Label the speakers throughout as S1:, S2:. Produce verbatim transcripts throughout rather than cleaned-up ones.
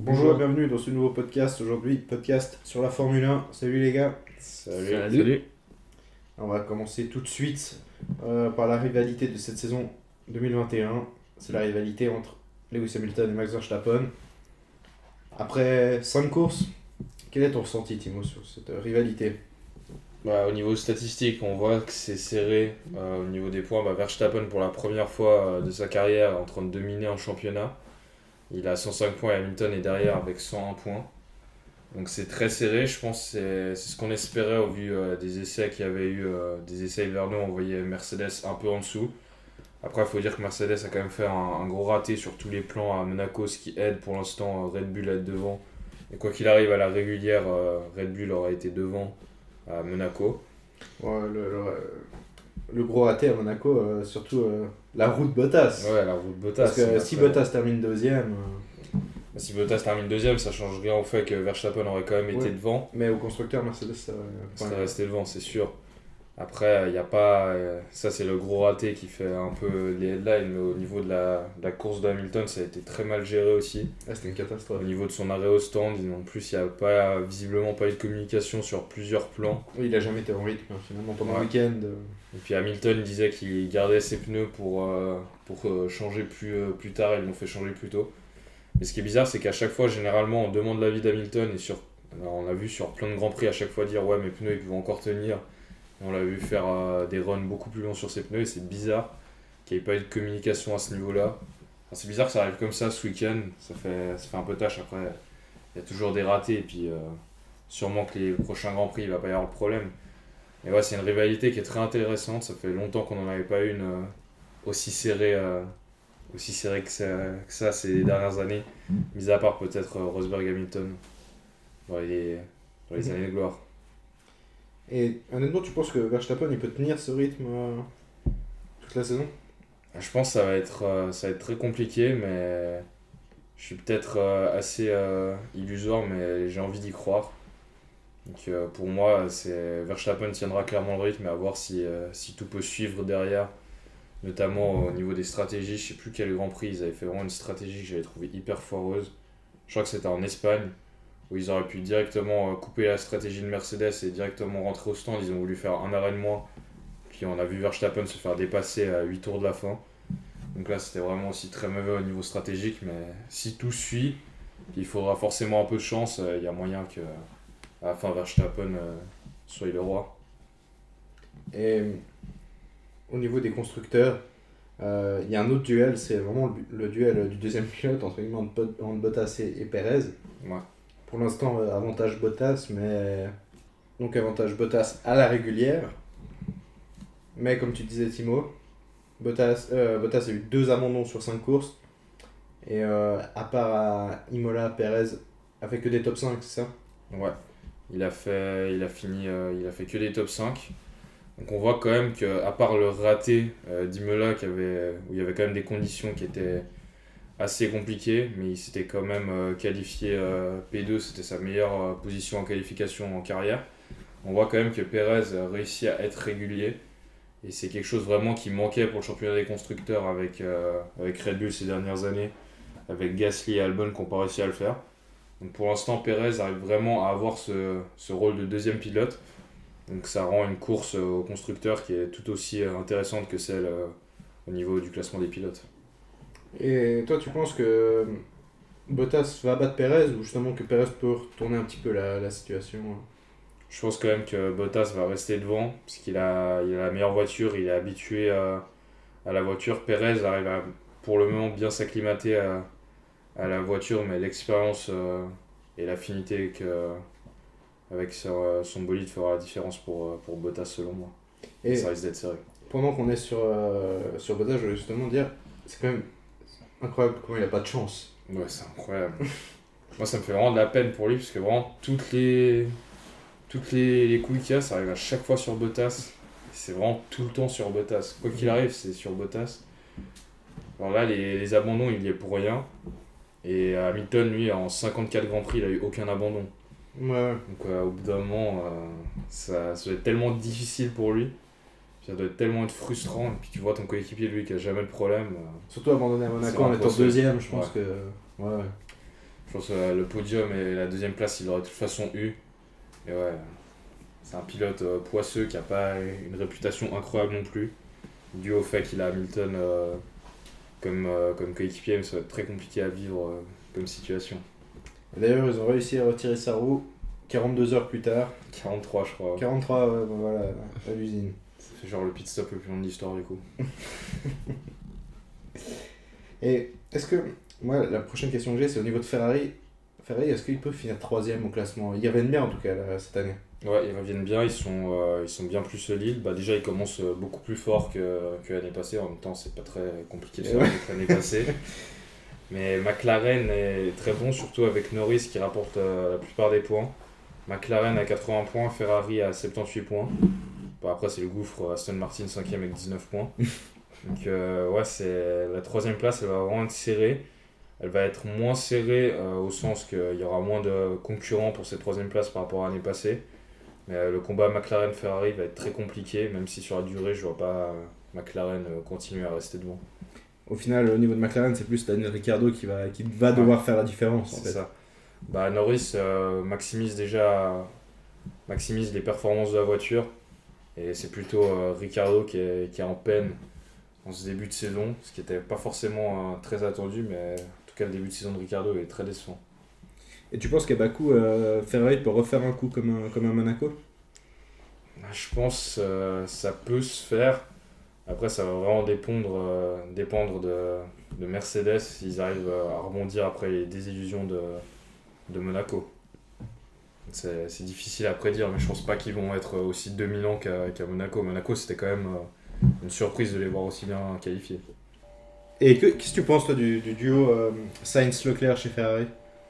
S1: Bonjour et bienvenue dans ce nouveau podcast. Aujourd'hui, podcast sur la Formule un. Salut les gars.
S2: Salut. Salut.
S1: On va commencer tout de suite euh, par la rivalité de cette saison deux mille vingt et un. C'est la rivalité entre Lewis Hamilton et Max Verstappen. Après cinq courses, quel est ton ressenti, Timo, sur cette euh, rivalité ?
S2: Bah, au niveau statistique, on voit que c'est serré. Euh, au niveau des points, bah, Verstappen, pour la première fois euh, de sa carrière, est en train de dominer un championnat. Il a cent cinq points et Hamilton est derrière avec cent un points. Donc c'est très serré. Je pense que c'est, c'est ce qu'on espérait au vu euh, des essais qu'il y avait eu, euh, des essais hivernaux. On voyait Mercedes un peu en dessous. Après, il faut dire que Mercedes a quand même fait un, un gros raté sur tous les plans à Monaco, ce qui aide pour l'instant Red Bull à être devant. Et quoi qu'il arrive à la régulière, euh, Red Bull aurait été devant à Monaco.
S1: Ouais, le, le, le gros raté à Monaco, euh, surtout euh, la route Bottas.
S2: Ouais, la route Bottas.
S1: Parce que si Bottas termine deuxième... Euh...
S2: Si Bottas termine deuxième, ça change rien au fait que Verstappen aurait quand même été
S1: ouais.
S2: devant.
S1: Mais au constructeur, Mercedes, ça
S2: serait ouais. resté devant, c'est sûr. Après, il n'y a pas... Ça, c'est le gros raté qui fait un peu les headlines. Mais au niveau de la, de la course de Hamilton, ça a été très mal géré aussi.
S1: Ah, c'était une catastrophe.
S2: Au niveau de son arrêt au stand, en plus, il n'y a pas, visiblement pas eu de communication sur plusieurs plans.
S1: Oui, il n'a jamais été en rythme, finalement, pendant ouais. le week-end.
S2: Et puis Hamilton disait qu'il gardait ses pneus pour, euh, pour euh, changer plus, euh, plus tard. Ils l'ont fait changer plus tôt. Mais ce qui est bizarre, c'est qu'à chaque fois, généralement, on demande l'avis d'Hamilton. Et sur, on a vu sur plein de grands prix à chaque fois dire « Ouais, mes pneus, ils vont encore tenir ». On l'a vu faire euh, des runs beaucoup plus longs sur ses pneus et c'est bizarre qu'il n'y ait pas eu de communication à ce niveau-là. Enfin, c'est bizarre que ça arrive comme ça ce week-end, ça fait, ça fait un peu tâche. Après, il y a toujours des ratés et puis euh, sûrement que les prochains Grands Prix, il ne va pas y avoir de problème. Mais ouais, c'est une rivalité qui est très intéressante, ça fait longtemps qu'on n'en avait pas une euh, aussi serrée, euh, aussi serrée que, ça, que ça ces dernières années, mis à part peut-être euh, Rosberg-Hamilton dans les, dans les années de gloire.
S1: Et honnêtement, tu penses que Verstappen il peut tenir ce rythme euh, toute la saison ?
S2: Je pense que ça va être, euh, ça va être très compliqué, mais je suis peut-être euh, assez euh, illusoire, mais j'ai envie d'y croire. Donc euh, pour moi, c'est Verstappen tiendra clairement le rythme, et à voir si, euh, si tout peut suivre derrière, notamment au niveau des stratégies. Je sais plus quel Grand Prix, ils avaient fait vraiment une stratégie que j'avais trouvée hyper foireuse. Je crois que c'était en Espagne, où ils auraient pu directement couper la stratégie de Mercedes et directement rentrer au stand. Ils ont voulu faire un arrêt de moins. Puis on a vu Verstappen se faire dépasser à huit tours de la fin. Donc là, c'était vraiment aussi très mauvais au niveau stratégique. Mais si tout suit, il faudra forcément un peu de chance. Il y a moyen que à la fin, Verstappen soit le roi.
S1: Et au niveau des constructeurs, il euh, y a un autre duel. C'est vraiment le, le duel du deuxième pilote entre, entre Bottas et, et Perez.
S2: Ouais.
S1: Pour l'instant, euh, avantage Bottas, mais donc avantage Bottas à la régulière. Mais comme tu disais, Timo, Bottas, euh, Bottas a eu deux abandons sur cinq courses. Et euh, à part à Imola, Perez a fait que des top cinq, c'est ça ?
S2: Ouais, il a, fait, il, a fini, euh, il a fait que des top cinq. Donc on voit quand même qu'à part le raté euh, d'Imola, qui avait, où il y avait quand même des conditions qui étaient assez compliqué, mais il s'était quand même euh, qualifié euh, P deux, c'était sa meilleure euh, position en qualification en carrière. On voit quand même que Perez a réussi à être régulier, et c'est quelque chose vraiment qui manquait pour le championnat des constructeurs avec, euh, avec Red Bull ces dernières années, avec Gasly et Albon qui n'ont pas réussi à le faire. Donc pour l'instant, Perez arrive vraiment à avoir ce, ce rôle de deuxième pilote, donc ça rend une course aux constructeurs qui est tout aussi intéressante que celle euh, au niveau du classement des pilotes.
S1: Et toi, tu penses que Bottas va battre Perez ou justement que Perez peut retourner un petit peu la, la situation ?
S2: Je pense quand même que Bottas va rester devant parce qu'il a, il a la meilleure voiture, il est habitué à, à la voiture. Perez arrive à, pour le moment, bien s'acclimater à, à la voiture, mais l'expérience euh, et l'affinité avec, euh, avec son, son bolide fera la différence pour, pour Bottas selon moi. Et, et ça risque d'être serré.
S1: Pendant qu'on est sur, euh, sur Bottas, je voulais justement dire, c'est quand même incroyable comment il n'a pas de chance.
S2: Ouais, c'est incroyable. Moi, ça me fait vraiment de la peine pour lui, parce que vraiment, toutes les, toutes les, les coups qu'il y a, ça arrive à chaque fois sur Bottas. C'est vraiment tout le temps sur Bottas. Quoi qu'il arrive, c'est sur Bottas. Alors là, les, les abandons, il y est pour rien. Et Hamilton, lui, en cinquante-quatre Grands Prix, il a eu aucun abandon.
S1: Ouais.
S2: Donc, euh, au bout d'un moment, euh, ça, ça doit être tellement difficile pour lui. Ça doit tellement être frustrant, et puis tu vois ton coéquipier, lui, qui a jamais de problème.
S1: Surtout abandonner à Monaco en étant deuxième, je pense ouais. que... Ouais.
S2: Je pense que euh, le podium et la deuxième place, il l'aurait de toute façon eu. Et ouais, c'est un pilote euh, poisseux qui n'a pas une réputation incroyable non plus. Dû au fait qu'il a Hamilton euh, comme, euh, comme coéquipier, mais ça va être très compliqué à vivre euh, comme situation.
S1: Et d'ailleurs, ils ont réussi à retirer sa roue quarante-deux heures plus tard.
S2: quarante-trois, je crois.
S1: quarante-trois, ouais, bon, voilà, à l'usine.
S2: Ça fait genre le pit stop le plus long de l'histoire du coup.
S1: Et est-ce que, moi, la prochaine question que j'ai, c'est au niveau de Ferrari. Ferrari, est-ce qu'il peut finir troisième au classement? Ils reviennent bien en tout cas là, cette année.
S2: Ouais, ils reviennent bien, ils sont, euh, ils sont bien plus solides. Bah, déjà, ils commencent euh, beaucoup plus fort que, que l'année passée. En même temps, c'est pas très compliqué de faire
S1: Ouais.
S2: avec l'année passée. Mais McLaren est très bon, surtout avec Norris qui rapporte euh, la plupart des points. McLaren à quatre-vingts points, Ferrari à soixante-dix-huit points. Bon, après, c'est le gouffre, Aston Martin cinquième avec dix-neuf points. Donc, euh, ouais, c'est la troisième place, elle va vraiment être serrée. Elle va être moins serrée euh, au sens qu'il y aura moins de concurrents pour cette troisième place par rapport à l'année passée. Mais euh, le combat McLaren-Ferrari va être très compliqué, même si sur la durée, je vois pas euh, McLaren euh, continuer à rester devant.
S1: Au final, au niveau de McLaren, c'est plus Daniel Ricciardo qui va, qui va devoir faire la différence en
S2: C'est
S1: fait.
S2: ça. Bah, Norris euh, maximise déjà maximise les performances de la voiture. Et c'est plutôt euh, Ricciardo qui est, qui est en peine en ce début de saison, ce qui n'était pas forcément euh, très attendu, mais en tout cas, le début de saison de Ricciardo est très décevant.
S1: Et tu penses qu'à Bakou, euh, Ferrari peut refaire un coup comme un, comme un Monaco?
S2: Je pense que euh, ça peut se faire. Après, ça va vraiment dépendre, euh, dépendre de, de Mercedes s'ils arrivent à rebondir après les désillusions de, de Monaco. C'est, c'est difficile à prédire, mais je pense pas qu'ils vont être aussi dominants qu'à, qu'à Monaco. Monaco, c'était quand même euh, une surprise de les voir aussi bien qualifiés.
S1: Et que- qu'est-ce que tu penses toi du, du duo euh, Sainz-Leclerc chez Ferrari?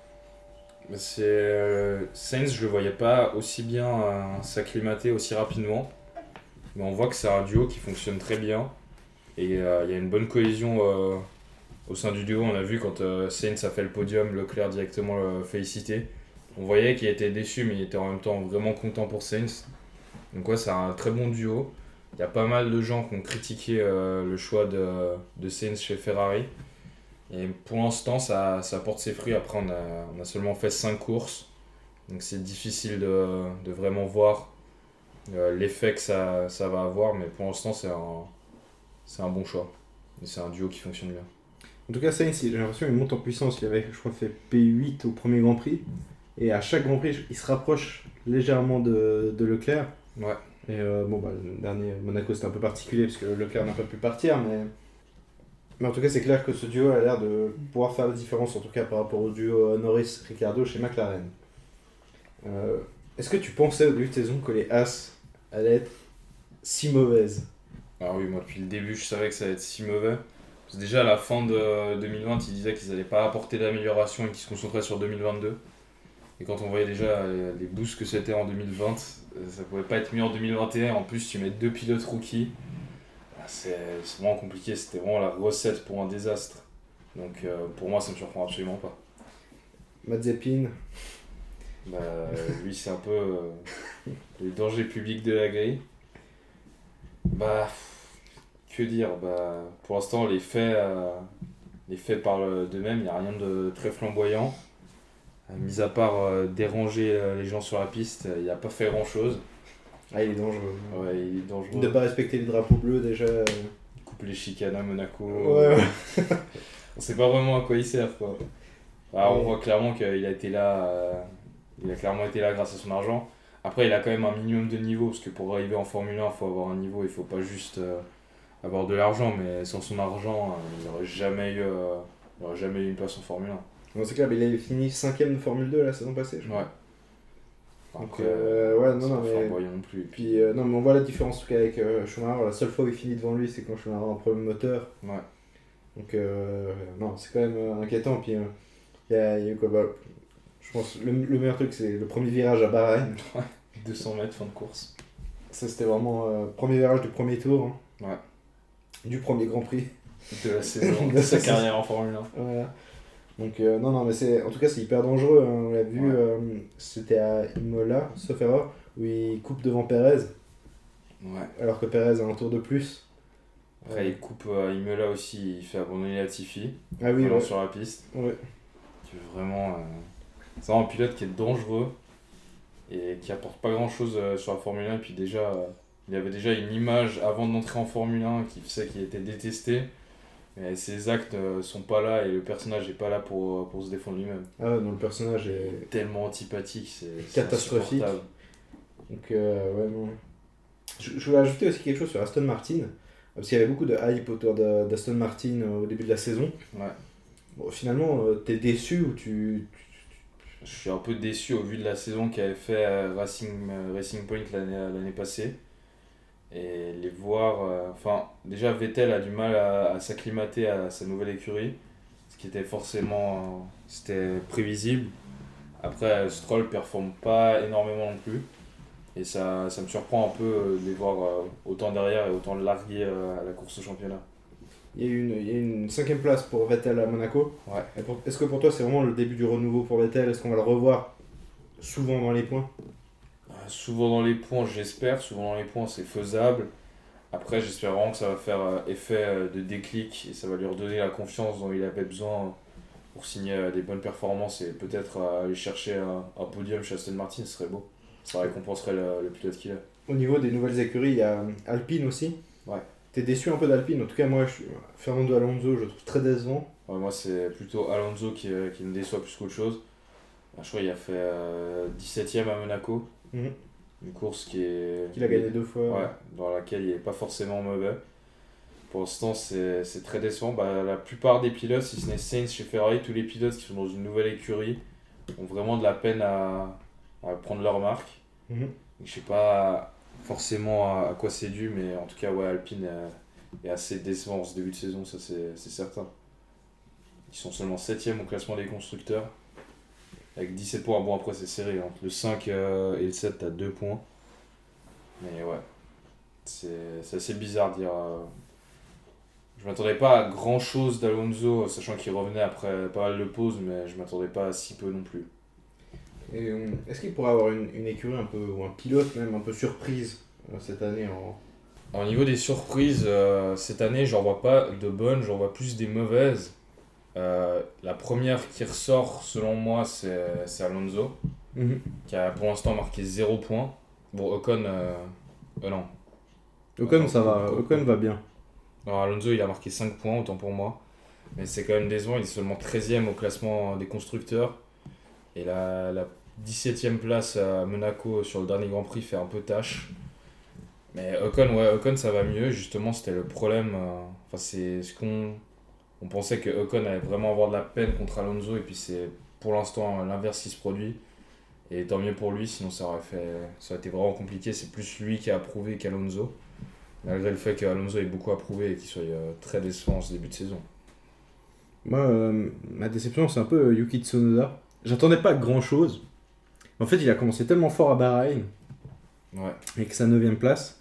S2: Mais C'est, euh, Sainz, je le voyais pas aussi bien euh, s'acclimater aussi rapidement. Mais on voit que c'est un duo qui fonctionne très bien. Et euh, il y a une bonne cohésion euh, au sein du duo. On a vu quand euh, Sainz a fait le podium, Leclerc directement le félicité. On voyait qu'il était déçu, mais il était en même temps vraiment content pour Sainz. Donc ouais, c'est un très bon duo. Il y a pas mal de gens qui ont critiqué euh, le choix de, de Sainz chez Ferrari. Et pour l'instant, ça, ça porte ses fruits. Après, on a, on a seulement fait cinq courses. Donc c'est difficile de, de vraiment voir euh, l'effet que ça, ça va avoir. Mais pour l'instant, c'est un, c'est un bon choix. Et c'est un duo qui fonctionne bien.
S1: En tout cas, Sainz, j'ai l'impression qu'il monte en puissance. Il avait, je crois, fait P huit au premier Grand Prix. Et à chaque Grand Prix, il se rapproche légèrement de, de Leclerc.
S2: Ouais.
S1: Et euh, bon, bah, le dernier Monaco, c'était un peu particulier parce que Leclerc n'a pas pu partir. Mais, mais en tout cas, c'est clair que ce duo a l'air de pouvoir faire la différence, en tout cas par rapport au duo Norris-Ricciardo chez McLaren. Euh, Est-ce que tu pensais au début de saison que les As allaient être si mauvaises?
S2: Ah oui, moi depuis le début, je savais que ça allait être si mauvais. Parce que déjà à la fin de deux mille vingt, ils disaient qu'ils n'allaient pas apporter d'amélioration et qu'ils se concentraient sur deux mille vingt-deux. Et quand on voyait déjà euh, les boosts que c'était en deux mille vingt, euh, ça pouvait pas être mieux en deux mille vingt et un. En plus, tu mets deux pilotes rookies. Ah, C'est c'est vraiment compliqué, c'était vraiment la recette pour un désastre. Donc euh, pour moi, ça me surprend absolument pas.
S1: Mazepin,
S2: Bah, lui, c'est un peu euh, les dangers publics de la grille. Bah, que dire, bah, pour l'instant, les faits, euh, les faits parlent d'eux-mêmes, il n'y a rien de très flamboyant. Euh, mis à part euh, déranger euh, les gens sur la piste, il n'a pas fait grand-chose.
S1: ah, il est dangereux.
S2: Ouais, il est dangereux.
S1: De pas respecter les drapeaux bleus déjà. euh.
S2: Il coupe les chicanes à Monaco.
S1: Ouais, ouais.
S2: On sait pas vraiment à quoi il sert, quoi. Ah, on
S1: Ouais.
S2: voit clairement qu'il a été là, euh, il a clairement été là grâce à son argent. Après, il a quand même un minimum de niveau, parce que pour arriver en Formule un, il faut avoir un niveau, il faut pas juste euh, avoir de l'argent, mais sans son argent, euh, il n'aurait jamais eu, euh, il aurait jamais eu une place en Formule un.
S1: Bon, c'est clair, mais il a fini cinquième de Formule deux la saison passée, je crois.
S2: Ouais.
S1: Donc,
S2: Après,
S1: euh, ouais, non,
S2: c'est
S1: non,
S2: pas
S1: mais-
S2: flamboyant non plus.
S1: Puis, euh, non, mais on voit la différence en tout cas avec euh, Schumacher. La seule fois où il finit devant lui, c'est quand Schumacher a un problème moteur.
S2: Ouais.
S1: Donc, euh, non, c'est quand même euh, inquiétant. Puis, euh, il y, a, il y a eu quoi bah, je pense le, le meilleur truc, c'est le premier virage à Bahreïn.
S2: deux cents mètres, fin de course.
S1: Ça, c'était vraiment euh, premier virage du premier tour. hein.
S2: Ouais.
S1: Du premier Grand Prix.
S2: De la saison,
S1: De
S2: de sa
S1: sa saison.
S2: carrière en Formule un.
S1: Voilà. Donc, euh, non, non, mais c'est, en tout cas, c'est hyper dangereux. hein. On l'a vu,
S2: Ouais.
S1: euh, c'était à Imola, sauf erreur, où il coupe devant Perez,
S2: Ouais.
S1: alors que Perez a un tour de plus.
S2: Après, il coupe à Imola aussi, il fait abandonner Latifi,
S1: Ah oui,
S2: vraiment
S1: ouais.
S2: sur la piste.
S1: ouais.
S2: qui est vraiment, euh, c'est vraiment un pilote qui est dangereux et qui apporte pas grand chose sur la Formule un. Et puis déjà, euh, il avait déjà une image avant d'entrer en Formule un qui faisait qu'il était détesté. Mais ses actes euh, sont pas là et le personnage est pas là pour, pour se défendre lui-même.
S1: Ah ouais, non, le personnage est
S2: tellement antipathique, c'est
S1: catastrophique. Donc, euh, ouais, non. Je, je voulais ajouter aussi quelque chose sur Aston Martin. Parce qu'il y avait beaucoup de hype autour de, d'Aston Martin au début de la saison.
S2: Ouais.
S1: Bon, finalement, euh, t'es déçu ou tu, tu...
S2: Je suis un peu déçu au vu de la saison qu'avait fait euh, Racing, euh, Racing Point l'année, l'année passée. Et les voir. Euh, enfin, déjà Vettel a du mal à, à s'acclimater à sa nouvelle écurie. Ce qui était forcément. Euh, c'était prévisible. Après, Stroll performe pas énormément non plus. Et ça, ça me surprend un peu euh, de les voir euh, autant derrière et autant larguer euh, à la course au championnat.
S1: Il y a une, il y a une cinquième place pour Vettel à Monaco.
S2: Ouais.
S1: Et pour- est-ce que pour toi c'est vraiment le début du renouveau pour Vettel? Est-ce qu'on va le revoir souvent dans les points?
S2: Euh, souvent dans les points, j'espère. Souvent dans les points, c'est faisable. Après, j'espère vraiment que ça va faire euh, effet euh, de déclic et ça va lui redonner la confiance dont il avait besoin pour signer euh, des bonnes performances et peut-être euh, aller chercher un, un podium chez Aston Martin, ce serait beau. Ça récompenserait le, le pilote qu'il est.
S1: Au niveau des nouvelles écuries, il y a Alpine aussi.
S2: Ouais.
S1: T'es déçu un peu d'Alpine? En tout cas, moi, je suis... Fernando Alonso, je le trouve très décevant.
S2: Ouais, moi, c'est plutôt Alonso qui, euh, qui me déçoit plus qu'autre chose. Je crois qu'il a fait euh, dix-septième à Monaco.
S1: Mhm.
S2: Une course qui est.
S1: Qu'il a gagné deux fois.
S2: Ouais, dans laquelle il n'est pas forcément mauvais. Pour l'instant, c'est c'est très décevant. Bah, la plupart des pilotes, si ce n'est Sainz chez Ferrari, tous les pilotes qui sont dans une nouvelle écurie ont vraiment de la peine à, à prendre leur marque.
S1: Mhm.
S2: Je sais pas forcément à, à quoi c'est dû, mais en tout cas, ouais, Alpine est, est assez décevant en ce début de saison, ça c'est c'est certain. Ils sont seulement septième au classement des constructeurs, avec dix-sept points. Bon, après, c'est serré. Entre le cinq euh, et le sept, t'as deux points. Mais ouais, c'est c'est assez bizarre de dire. Euh, je m'attendais pas à grand chose d'Alonso, sachant qu'il revenait après pas mal de pauses, mais je m'attendais pas à si peu non plus.
S1: Et, euh, est-ce qu'il pourrait avoir une, une écurie un peu, ou un pilote même un peu surprise euh, cette année en...
S2: Au niveau des surprises, euh, cette année, j'en vois pas de bonnes, j'en vois plus des mauvaises. Euh, la première qui ressort, selon moi, c'est c'est Alonso,
S1: Mhm.
S2: qui a pour l'instant marqué zéro point. Bon, Ocon, euh, euh, non.
S1: Ocon,
S2: Attends,
S1: ça va,
S2: Ocon.
S1: Ocon va bien.
S2: Non, Alonso, il a marqué cinq points, autant pour moi. Mais c'est quand même décevant, il est seulement treizième au classement des constructeurs. Et la, la dix-septième place à Monaco sur le dernier Grand Prix fait un peu tâche. Mais Ocon, ouais, Ocon, ça va mieux. Justement, c'était le problème. euh, Enfin, c'est ce qu'on on pensait que Ocon allait vraiment avoir de la peine contre Alonso. Et puis, c'est pour l'instant l'inverse qui se produit. Et tant mieux pour lui, sinon ça aurait, fait, ça aurait été vraiment compliqué. C'est plus lui qui a approuvé qu'Alonso. Malgré le fait qu'Alonso ait beaucoup approuvé et qu'il soit euh, très décevant en ce début de saison.
S1: Moi, euh, ma déception, c'est un peu euh, Yuki Tsunoda. J'attendais pas grand chose. En fait, il a commencé tellement fort à Bahreïn,
S2: Ouais.
S1: avec sa neuvième place,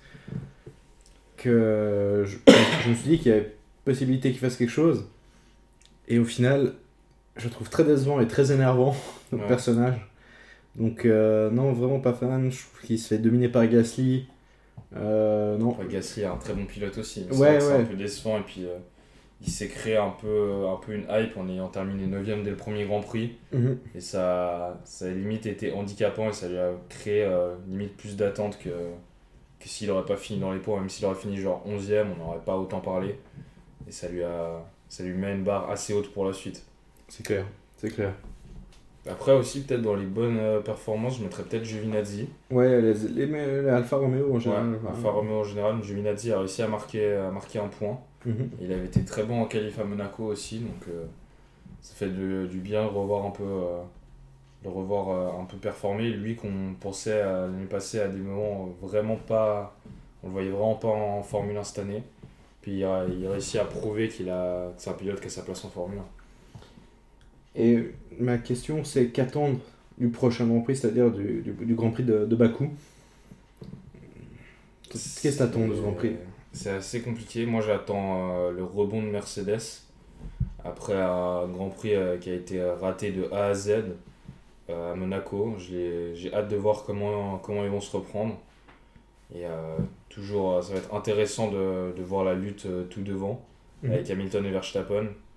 S1: que je, je me suis dit qu'il y avait possibilité qu'il fasse quelque chose. Et au final, je le trouve très décevant et très énervant, le
S2: Ouais.
S1: personnage. Donc, euh, non, vraiment pas fan. Je trouve qu'il se fait dominer par Gasly. Euh, non.
S2: Après, Gasly est un très bon pilote aussi. Mais
S1: Ouais,
S2: c'est vrai que c'est
S1: ouais.
S2: un peu décevant. Et puis, euh, il s'est créé un peu, un peu une hype en ayant terminé neuvième dès le premier Grand Prix.
S1: Mhm.
S2: Et ça, ça a limite été handicapant et ça lui a créé euh, limite plus d'attentes que, que s'il n'aurait pas fini dans les points. Même s'il aurait fini genre onzième, on n'aurait pas autant parlé. Et ça lui, a, ça lui met une barre assez haute pour la suite.
S1: C'est clair, c'est clair.
S2: Après aussi, peut-être dans les bonnes euh, performances, je mettrais peut-être Giovinazzi.
S1: Ouais, les, les, les Alfa Romeo en
S2: Ouais,
S1: général.
S2: Alfa Romeo en général, Giovinazzi a réussi à marquer, à marquer un point.
S1: Mhm.
S2: Il avait été très bon en qualif à Monaco aussi, donc euh, ça fait de- du bien de revoir un peu, euh, de revoir euh, un peu performer. Lui qu'on pensait euh, l'année passée à des moments vraiment pas, on le voyait vraiment pas en Formule un cette année. Puis il a, il a réussi à prouver qu'il a, que c'est un pilote qui a sa place en Formule un.
S1: Et ma question, c'est qu'attendre du prochain Grand Prix, c'est-à-dire du, du, du Grand Prix de, de Bakou? Qu'est-ce que t'attends de ce Grand Prix?
S2: C'est assez compliqué. Moi, j'attends euh, le rebond de Mercedes après un Grand Prix euh, qui a été raté de A à Z euh, à Monaco. J'ai j'ai hâte de voir comment, comment ils vont se reprendre. Et euh, toujours, euh, ça va être intéressant de, de voir la lutte euh, tout devant
S1: Mhm.
S2: avec Hamilton et Verstappen.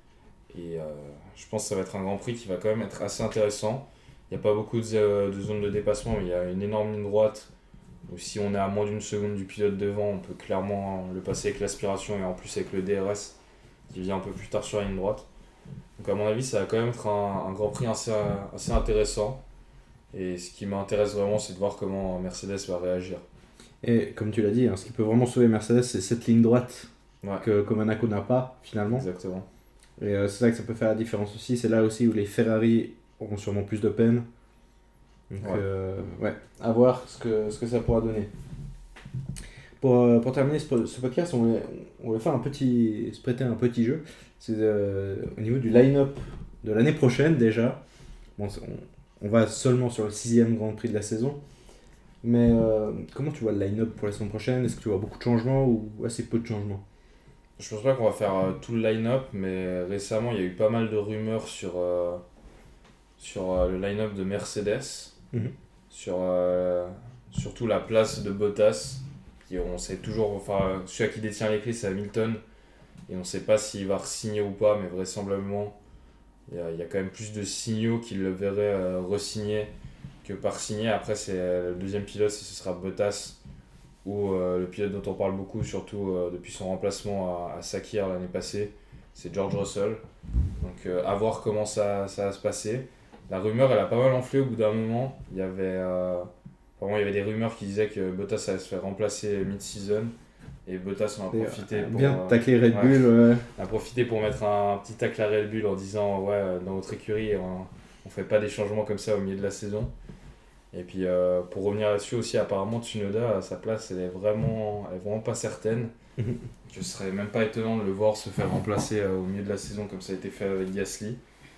S2: Et euh, je pense que ça va être un Grand Prix qui va quand même être assez intéressant. Il n'y a pas beaucoup de, de zones de dépassement, mais il y a une énorme ligne droite. Donc si on est à moins d'une seconde du pilote devant, on peut clairement le passer avec l'aspiration et en plus avec le D R S qui vient un peu plus tard sur la ligne droite. Donc à mon avis, ça va quand même être un, un Grand Prix assez, assez intéressant. Et ce qui m'intéresse vraiment, c'est de voir comment Mercedes va réagir.
S1: Et comme tu l'as dit, hein, ce qui peut vraiment sauver Mercedes, c'est cette ligne droite
S2: Ouais.
S1: que, que Monaco n'a pas finalement.
S2: Exactement.
S1: Et euh, c'est ça que ça peut faire la différence aussi. C'est là aussi où les Ferrari auront sûrement plus de peine. Donc,
S2: Ouais.
S1: euh, ouais, à voir ce que, ce que ça pourra donner. Pour, euh, pour terminer ce, ce podcast, on voulait, on voulait faire un petit, se prêter un petit jeu. C'est euh, au niveau du line-up de l'année prochaine déjà. Bon, on, on va seulement sur le sixième Grand Prix de la saison. Mais euh, comment tu vois le line-up pour la saison prochaine? Est-ce que tu vois beaucoup de changements ou assez peu de changements?
S2: Je pense pas qu'on va faire euh, tout le line-up, mais récemment, il y a eu pas mal de rumeurs sur, euh, sur euh, le line-up de Mercedes.
S1: Mhm.
S2: Sur euh, surtout la place de Bottas. Qui, on sait toujours, enfin, celui qui détient les clés, c'est Hamilton. Et on sait pas s'il va re-signer ou pas, mais vraisemblablement, il y a, il y a quand même plus de signaux qu'il le verrait euh, re-signer que par signer. Après, c'est euh, le deuxième pilote, ce sera Bottas. Ou euh, le pilote dont on parle beaucoup, surtout euh, depuis son remplacement à, à Sakir l'année passée, c'est George Russell. Donc euh, à voir comment ça, ça va se passer. La rumeur, elle a pas mal enflé au bout d'un moment. Il y avait, euh, vraiment, il y avait des rumeurs qui disaient que Bottas allait se faire remplacer mid-season. Et Bottas en a
S1: Et,
S2: profité
S1: euh,
S2: pour,
S1: bien
S2: euh,
S1: tacler Red
S2: ouais.
S1: Bull. Ouais.
S2: a profité pour mettre un, un petit tacle à Red Bull en disant ouais, dans votre écurie, on, on fait pas des changements comme ça au milieu de la saison. Et puis euh, pour revenir là-dessus aussi, apparemment Tsunoda, à sa place, elle est vraiment, elle est vraiment pas certaine. Je serais même pas étonnant de le voir se faire remplacer euh, au milieu de la saison comme ça a été fait avec Gasly.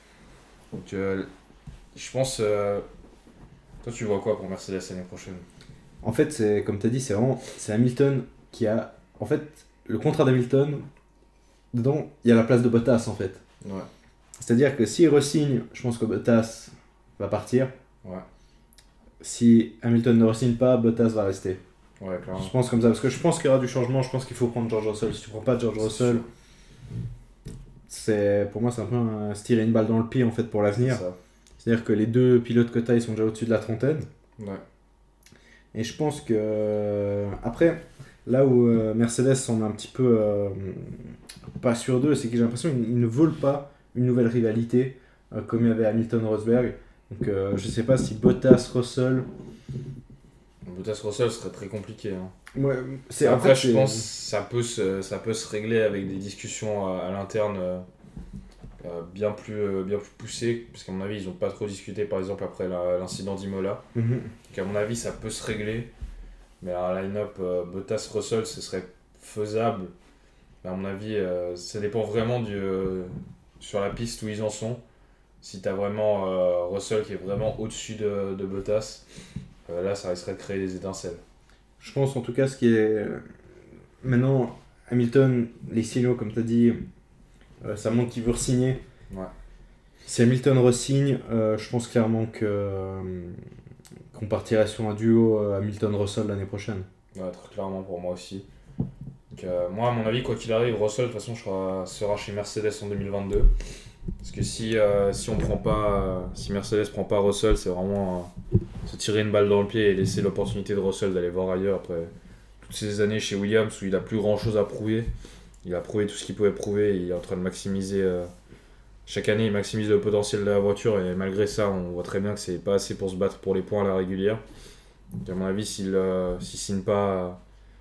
S2: Donc euh, je pense... Euh, toi tu vois quoi pour Mercedes l'année prochaine?
S1: En fait, c'est comme tu as dit, c'est vraiment c'est Hamilton qui a. En fait, le contrat d'Hamilton, dedans, il y a la place de Bottas en fait.
S2: Ouais.
S1: C'est-à-dire que s'il re-signe, je pense que Bottas va partir.
S2: Ouais.
S1: Si Hamilton ne re-signe pas, Bottas va rester.
S2: Ouais, clairement.
S1: Je pense comme ça, parce que je pense qu'il y aura du changement, je pense qu'il faut prendre George Russell. Si tu prends pas George
S2: C'est
S1: Russell,
S2: sûr.
S1: c'est, pour moi c'est un peu un, se tirer une balle dans le pied en fait pour l'avenir.
S2: C'est ça.
S1: C'est-à-dire que les deux pilotes que tu as, ils sont déjà au-dessus de la trentaine.
S2: Ouais.
S1: Et je pense que, après, là où euh, Mercedes semble un petit peu euh, pas sûr d'eux, c'est que j'ai l'impression qu'ils ne veulent pas une nouvelle rivalité euh, comme il y avait Hamilton-Rosberg. Donc euh, je sais pas si Bottas-Russell.
S2: Bottas-Russell serait très compliqué. Hein.
S1: Ouais, c'est,
S2: Après,
S1: en fait,
S2: je
S1: c'est-
S2: pense que ça peut se, ça peut se régler avec des discussions à, à l'interne euh, euh, bien, plus, euh, bien plus poussées. Parce qu'à mon avis, ils n'ont pas trop discuté, par exemple, après la- l'incident d'Imola.
S1: Mhm.
S2: Donc, à mon avis, ça peut se régler. Mais un line-up euh, Bottas-Russell, ce serait faisable. Mais à mon avis, euh, ça dépend vraiment du, euh, sur la piste où ils en sont. Si tu as vraiment euh, Russell qui est vraiment au-dessus de, de Bottas, euh, là, ça risquerait de créer des étincelles.
S1: Je pense en tout cas ce qui est. Maintenant, Hamilton, les signaux, comme tu as dit, euh, ça montre qu'il veut re-signer.
S2: Ouais.
S1: Si Hamilton re-signe, euh, je pense clairement que, euh, qu'on partirait sur un duo euh, Hamilton-Russell l'année prochaine.
S2: Ouais, très clairement pour moi aussi. Donc, euh, moi, à mon avis, quoi qu'il arrive, Russell, de toute façon, sera, sera chez Mercedes en deux mille vingt-deux. Parce que si, euh, si on prend pas, euh, si Mercedes prend pas Russell, c'est vraiment euh, se tirer une balle dans le pied et laisser l'opportunité de Russell d'aller voir ailleurs après toutes ces années chez Williams où il a plus grand chose à prouver. Il a prouvé tout ce qu'il pouvait prouver et il est en train de maximiser. Euh, chaque année, il maximise le potentiel de la voiture et malgré ça, on voit très bien que c'est pas assez pour se battre pour les points à la régulière. Donc, à mon avis, s'il euh, s'il signe pas, euh,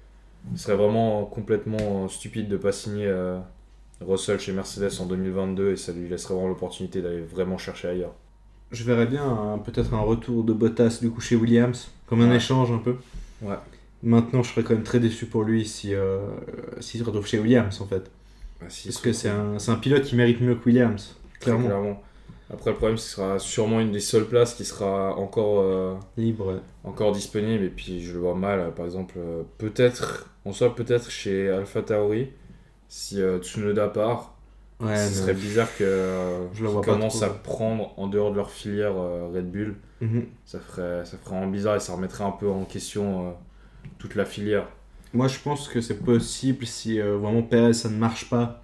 S2: ce serait vraiment complètement stupide de pas signer euh, Russell chez Mercedes en deux mille vingt-deux et ça lui laisserait vraiment l'opportunité d'aller vraiment chercher ailleurs.
S1: Je verrais bien un- peut-être un retour de Bottas du coup chez Williams, comme un
S2: Ouais.
S1: échange un peu.
S2: Ouais.
S1: Maintenant, je serais quand même très déçu pour lui si, euh, s'il se retrouve chez Williams en fait.
S2: Bah, si,
S1: Parce que c'est un, c'est un pilote qui mérite mieux que Williams,
S2: très
S1: clairement.
S2: clairement. Après, le problème, c'est que ce sera sûrement une des seules places qui sera encore, euh,
S1: Libre. ouais.
S2: encore disponible. Et puis, je le vois mal, euh, par exemple, euh, peut-être, on soit peut-être chez Alpha Tauri, si euh, Tsunoda part.
S1: Ouais,
S2: Ce
S1: mais-
S2: serait bizarre que euh,
S1: Je le
S2: qu'ils
S1: vois pas
S2: commencent
S1: trop.
S2: à prendre en dehors de leur filière euh, Red Bull.
S1: Mhm.
S2: Ça ferait, ça ferait vraiment bizarre et ça remettrait un peu en question euh, toute la filière.
S1: Moi, je pense que c'est possible si euh, vraiment Perez ça ne marche pas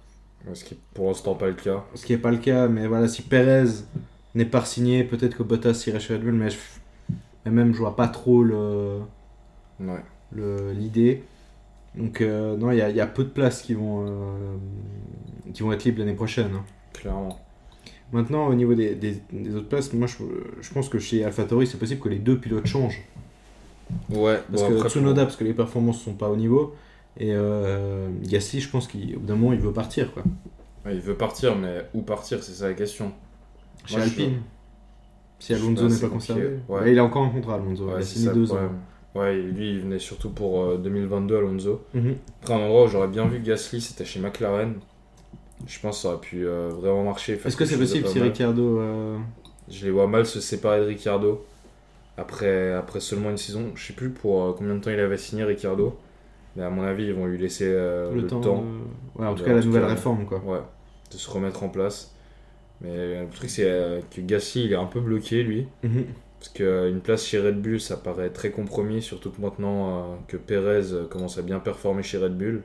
S2: Ce qui est pour l'instant pas le cas.
S1: Ce qui n'est pas le cas, mais voilà, si Perez n'est pas signé, peut-être que Bottas irait chez Red Bull, mais, je... mais même je vois pas trop le...
S2: Ouais.
S1: Le... l'idée. Donc euh, non, il y, y a peu de places qui vont, euh, qui vont être libres l'année prochaine. Hein.
S2: Clairement.
S1: Maintenant, au niveau des, des, des autres places, moi je, je pense que chez AlphaTauri, c'est possible que les deux pilotes changent.
S2: Ouais,
S1: parce
S2: bon,
S1: que
S2: après,
S1: Tsunoda,
S2: pour...
S1: parce que les performances sont pas au niveau, et euh, Gasly, je pense qu'au bout d'un moment, il veut partir. Quoi.
S2: Ouais, il veut partir, mais où partir, c'est ça la question.
S1: Chez
S2: Moi,
S1: Alpine.
S2: Je...
S1: Si Alonso
S2: je...
S1: n'est pas conservé.
S2: Ouais.
S1: Bah, il a encore un contrat, Alonso.
S2: Ouais,
S1: il a
S2: c'est
S1: signé
S2: ça,
S1: deux
S2: ouais.
S1: ans.
S2: Ouais, lui, il venait surtout pour euh, deux mille vingt-deux, Alonso.
S1: Mm-hmm.
S2: Après, un endroit où j'aurais bien vu Gasly, c'était chez McLaren. Je pense que ça aurait pu euh, vraiment marcher.
S1: Est-ce que c'est possible si Ricciardo... Euh...
S2: Je les vois mal se séparer de Ricciardo après, après seulement une saison. Je sais plus pour euh, combien de temps il avait signé Ricciardo. Mais à mon avis, ils vont lui laisser euh,
S1: le,
S2: le
S1: temps.
S2: temps
S1: de... Ouais, en tout cas, la nouvelle cas, réforme. Quoi.
S2: Ouais, de se remettre en place. Mais le truc, c'est euh, que Gasly, il est un peu bloqué, lui.
S1: Mm-hmm.
S2: Parce qu'une place chez Red Bull, ça paraît très compromis, surtout que maintenant euh, que Perez euh, commence à bien performer chez Red Bull.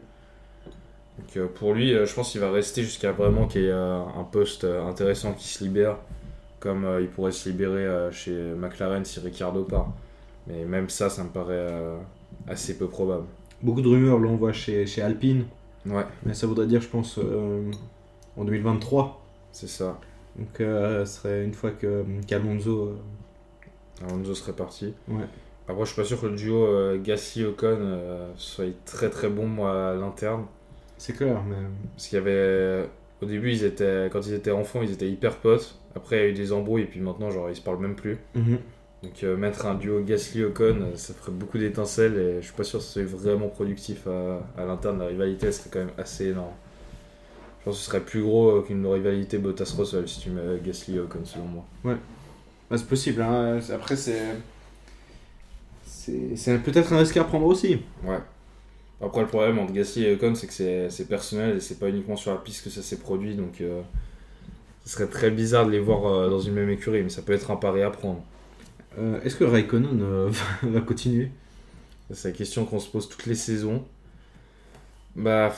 S2: Donc euh, pour lui, euh, je pense qu'il va rester jusqu'à vraiment qu'il y ait euh, un poste euh, intéressant qui se libère, comme euh, il pourrait se libérer euh, chez McLaren si Ricciardo part. Mais même ça, ça me paraît euh, assez peu probable.
S1: Beaucoup de rumeurs, là on voit chez, chez Alpine.
S2: Ouais.
S1: Mais ça voudrait dire, je pense, euh, en deux mille vingt-trois.
S2: C'est ça.
S1: Donc euh, ce serait une fois que, qu'Alonso... Euh...
S2: Alonso serait parti.
S1: Ouais.
S2: Après, je suis pas sûr que le duo euh, Gasly-Ocon euh, soit très très bon moi, à l'interne.
S1: C'est clair, mais...
S2: Parce qu'il y avait... Au début, ils étaient... quand ils étaient enfants, ils étaient hyper potes. Après, il y a eu des embrouilles et puis maintenant, genre, ils se parlent même plus.
S1: Mm-hmm. Donc
S2: euh, mettre un duo Gasly-Ocon, ça ferait beaucoup d'étincelles et je suis pas sûr que ce soit vraiment productif à, à l'interne. La rivalité serait quand même assez énorme. Je pense que ce serait plus gros qu'une rivalité Bottas-Russell si tu mets Gasly-Ocon selon moi.
S1: Ouais. Bah, c'est possible, hein. Après c'est... c'est... c'est peut-être un risque à prendre aussi.
S2: Ouais. Après le problème entre Gasly et Ocon c'est que c'est, c'est personnel et c'est pas uniquement sur la piste que ça s'est produit, donc euh, ce serait très bizarre de les voir euh, dans une même écurie, mais ça peut être un pari à prendre.
S1: Euh, est-ce que Raikkonen euh, va continuer ?
S2: C'est la question qu'on se pose toutes les saisons. Bah...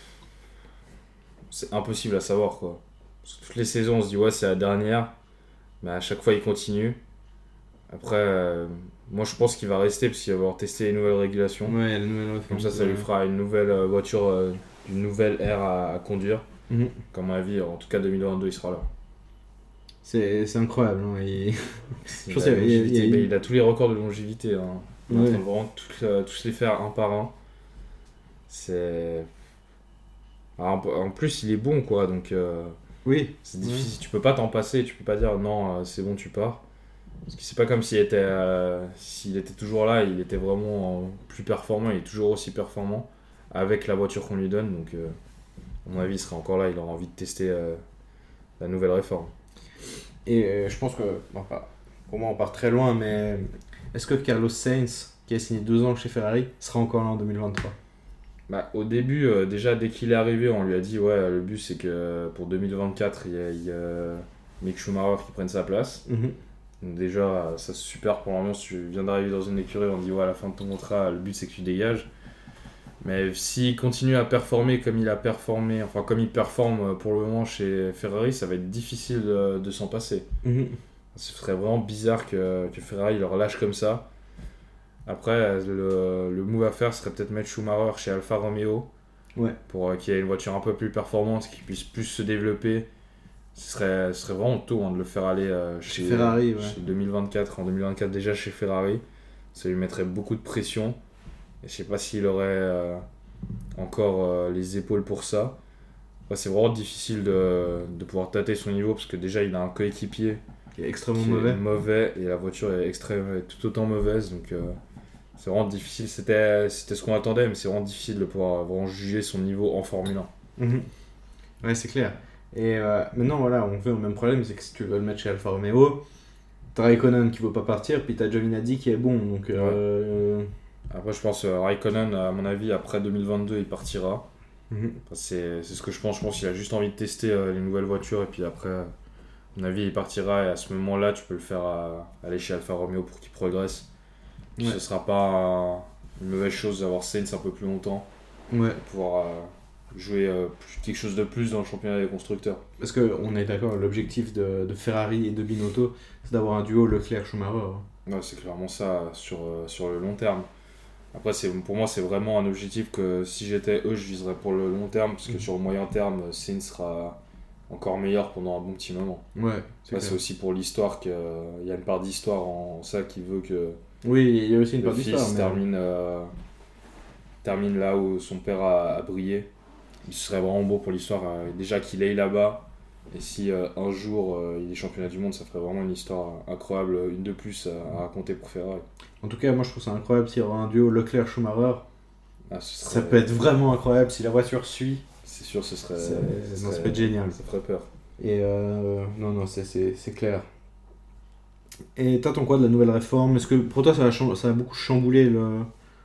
S2: c'est impossible à savoir quoi. Parce que toutes les saisons on se dit ouais c'est la dernière. Mais à chaque fois, il continue. Après, euh, moi je pense qu'il va rester parce qu'il va avoir testé les nouvelles régulations.
S1: Ouais, les nouvelles
S2: Comme ça, ça lui fera une nouvelle euh, voiture, euh, une nouvelle ère à, à conduire.
S1: Mm-hmm.
S2: Comme à avis, en tout cas deux mille vingt-deux, il sera là.
S1: C'est, c'est incroyable. Hein. Il...
S2: Je pense il, il, il, il... il a tous les records de longévité. Hein. Il ouais. est en train de vraiment tous, euh, tous les faire un par un. C'est. Alors, en plus, il est bon quoi. Donc. Euh...
S1: Oui.
S2: C'est difficile, oui. Tu peux pas t'en passer, tu peux pas dire non, euh, c'est bon, tu pars. Parce que c'est pas comme s'il était, euh, s'il était toujours là, il était vraiment euh, plus performant, il est toujours aussi performant avec la voiture qu'on lui donne. Donc, euh, à mon avis, il sera encore là, il aura envie de tester euh, la nouvelle réforme.
S1: Et euh, je pense que, enfin, pour moi, on part très loin, mais est-ce que Carlos Sainz, qui a signé deux ans chez Ferrari, sera encore là en deux mille vingt-trois ?
S2: Bah, au début, euh, déjà dès qu'il est arrivé, on lui a dit ouais, le but c'est que pour deux mille vingt-quatre, il y a, il y a Mick Schumacher qui prenne sa place.
S1: Mm-hmm.
S2: Donc déjà, ça c'est super pour l'ambiance. Tu viens d'arriver dans une écurie, on dit ouais, à la fin de ton contrat, le but c'est que tu dégages. Mais s'il continue à performer comme il a performé, enfin comme il performe pour le moment chez Ferrari, ça va être difficile de, de s'en passer.
S1: Mm-hmm.
S2: Ce serait vraiment bizarre que, que Ferrari le relâche comme ça. Après, le, le move à faire serait peut-être mettre Schumacher chez Alfa Romeo.
S1: Ouais.
S2: Pour euh, qu'il y ait une voiture un peu plus performante, qui puisse plus se développer. Ce serait, ce serait vraiment tôt hein, de le faire aller euh, chez,
S1: chez Ferrari. Ouais.
S2: Chez deux mille vingt-quatre. En deux mille vingt-quatre, déjà chez Ferrari. Ça lui mettrait beaucoup de pression. Et je sais pas s'il aurait euh, encore euh, les épaules pour ça. Enfin, c'est vraiment difficile de, de pouvoir tâter son niveau parce que déjà il a un coéquipier
S1: qui est extrêmement
S2: qui
S1: mauvais.
S2: Est mauvais et la voiture est extrêmement, tout autant mauvaise. Donc. Euh, C'est vraiment difficile, c'était, c'était ce qu'on attendait, mais c'est vraiment difficile de pouvoir vraiment juger son niveau en Formule un.
S1: Mmh. Ouais, c'est clair. Et euh, maintenant, voilà, on fait le même problème, c'est que si tu veux le mettre chez Alfa Romeo, t'as Raikkonen qui veut pas partir, puis t'as Giovinazzi qui est bon. Donc, euh...
S2: ouais. Après, je pense que euh, Raikkonen, à mon avis, après deux mille vingt-deux, il partira. Mmh. Enfin, c'est, c'est ce que je pense. Je pense qu'il a juste envie de tester euh, les nouvelles voitures, et puis après, à mon avis, il partira, et à ce moment-là, tu peux le faire à, aller chez Alfa Romeo pour qu'il progresse. Ouais. Ce sera pas une mauvaise chose d'avoir Sainz un peu plus longtemps.
S1: Ouais.
S2: Pour pouvoir euh, jouer euh, plus- quelque chose de plus dans le championnat des constructeurs.
S1: Parce qu'on est d'accord, l'objectif de, de Ferrari et de Binotto, c'est d'avoir un duo Leclerc-Schumacher.
S2: Ouais, c'est clairement ça sur, euh, sur le long terme. Après, c'est, pour moi, c'est vraiment un objectif que si j'étais eux, je viserais pour le long terme, parce que
S1: Mhm.
S2: sur le moyen terme, Sainz sera encore meilleur pendant un bon petit moment.
S1: Ouais,
S2: C'est, c'est aussi pour l'histoire qu'il y a une part d'histoire en ça qui veut que
S1: Oui, il y a aussi une
S2: le
S1: part
S2: fils
S1: d'histoire. Mais...
S2: termine, euh, termine là où son père a, a brillé. Ce serait vraiment beau pour l'histoire, euh, déjà qu'il aille là-bas. Et si euh, un jour euh, il est championnat du monde, ça ferait vraiment une histoire incroyable, une de plus à, à raconter pour Ferrari.
S1: En tout cas, moi je trouve ça incroyable s'il y aura un duo Leclerc-Schumacher.
S2: Ah, ce
S1: Ça
S2: serait-
S1: peut être vraiment incroyable si la voiture suit.
S2: C'est sûr, ce serait.
S1: C'est-
S2: ce
S1: non, ça
S2: serait-
S1: peut être génial.
S2: Ça ferait peur.
S1: Et euh, non, non, c'est, c'est, c'est clair. Et t'attends quoi de la nouvelle réforme? Est-ce que pour toi ça va, cham- ça va beaucoup chambouler le,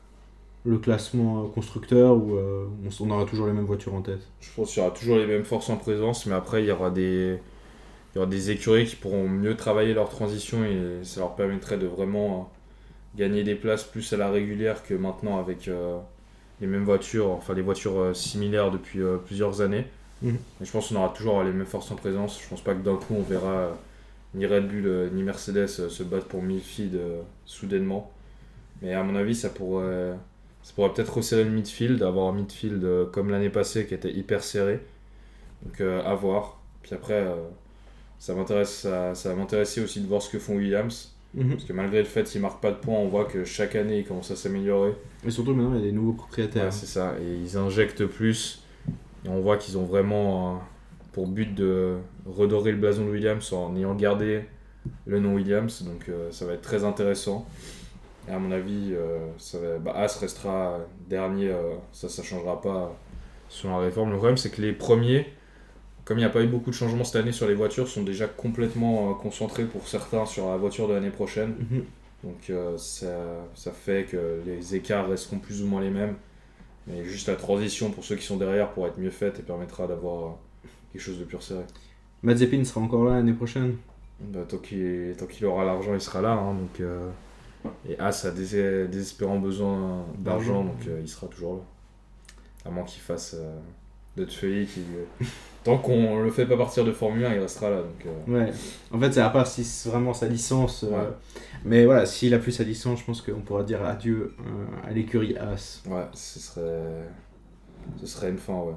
S1: le classement euh, constructeur ou euh, on, s- on aura toujours les mêmes voitures en tête?
S2: Je pense qu'il y aura toujours les mêmes forces en présence, mais après, il y aura des, il y aura des écuries qui pourront mieux travailler leur transition et ça leur permettrait de vraiment euh, gagner des places plus à la régulière que maintenant avec euh, les mêmes voitures, enfin les voitures euh, similaires depuis euh, plusieurs années.
S1: Mhm.
S2: Et je pense qu'on aura toujours les mêmes forces en présence. Je pense pas que d'un coup on verra euh, ni Red Bull euh, ni Mercedes euh, se battre pour midfield euh, soudainement. Mais à mon avis, ça pourrait, ça pourrait peut-être resserrer le midfield, avoir un midfield euh, comme l'année passée qui était hyper serré. Donc euh, à voir. Puis après, euh, ça, m'intéresse, ça, ça va m'intéresser aussi de voir ce que font Williams.
S1: Mhm.
S2: Parce que malgré le fait qu'ils marquent pas de points, on voit que chaque année ils commencent à s'améliorer.
S1: Et surtout maintenant il y a des nouveaux propriétaires.
S2: Ouais, c'est ça. Et ils injectent plus. Et on voit qu'ils ont vraiment euh, pour but de redorer le blason de Williams en ayant gardé le nom Williams. Donc euh, ça va être très intéressant. Et à mon avis, euh, ça va, bah, As restera dernier. euh, ça, ça changera pas sur la réforme. Le problème, c'est que les premiers, comme il n'y a pas eu beaucoup de changements cette année sur les voitures, sont déjà complètement euh, concentrés pour certains sur la voiture de l'année prochaine.
S1: Mhm.
S2: Donc euh, ça, ça fait que les écarts resteront plus ou moins les mêmes. Mais juste la transition pour ceux qui sont derrière pourra être mieux faite et permettra d'avoir euh, quelque chose de plus resserré.
S1: Mazepin sera encore là l'année prochaine.
S2: Bah, tant qu'il tant qu'il aura l'argent, il sera là. Hein, donc, euh, et As a dés- désespérant besoin d'argent, donc euh, il sera toujours là. À moins qu'il fasse euh, d'autres feuilles. Qui, euh, tant qu'on le fait pas partir de Formule un, il restera là. Donc, euh,
S1: Ouais. En fait, c'est à part si c'est vraiment sa licence. euh,
S2: Ouais.
S1: Mais voilà, s'il a plus sa licence, je pense qu'on pourra dire adieu euh, à l'écurie As.
S2: ouais, ce serait, ce serait une fin, ouais.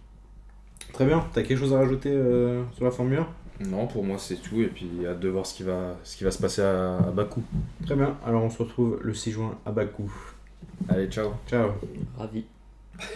S1: Très bien. T'as quelque chose à rajouter euh, sur la Formule un?
S2: Non, pour moi c'est tout. Et puis hâte de voir ce qui va, ce qui va se passer à, à Bakou.
S1: Très bien. Alors on se retrouve le six juin à Bakou.
S2: Allez, ciao.
S1: Ciao.
S3: Ravi.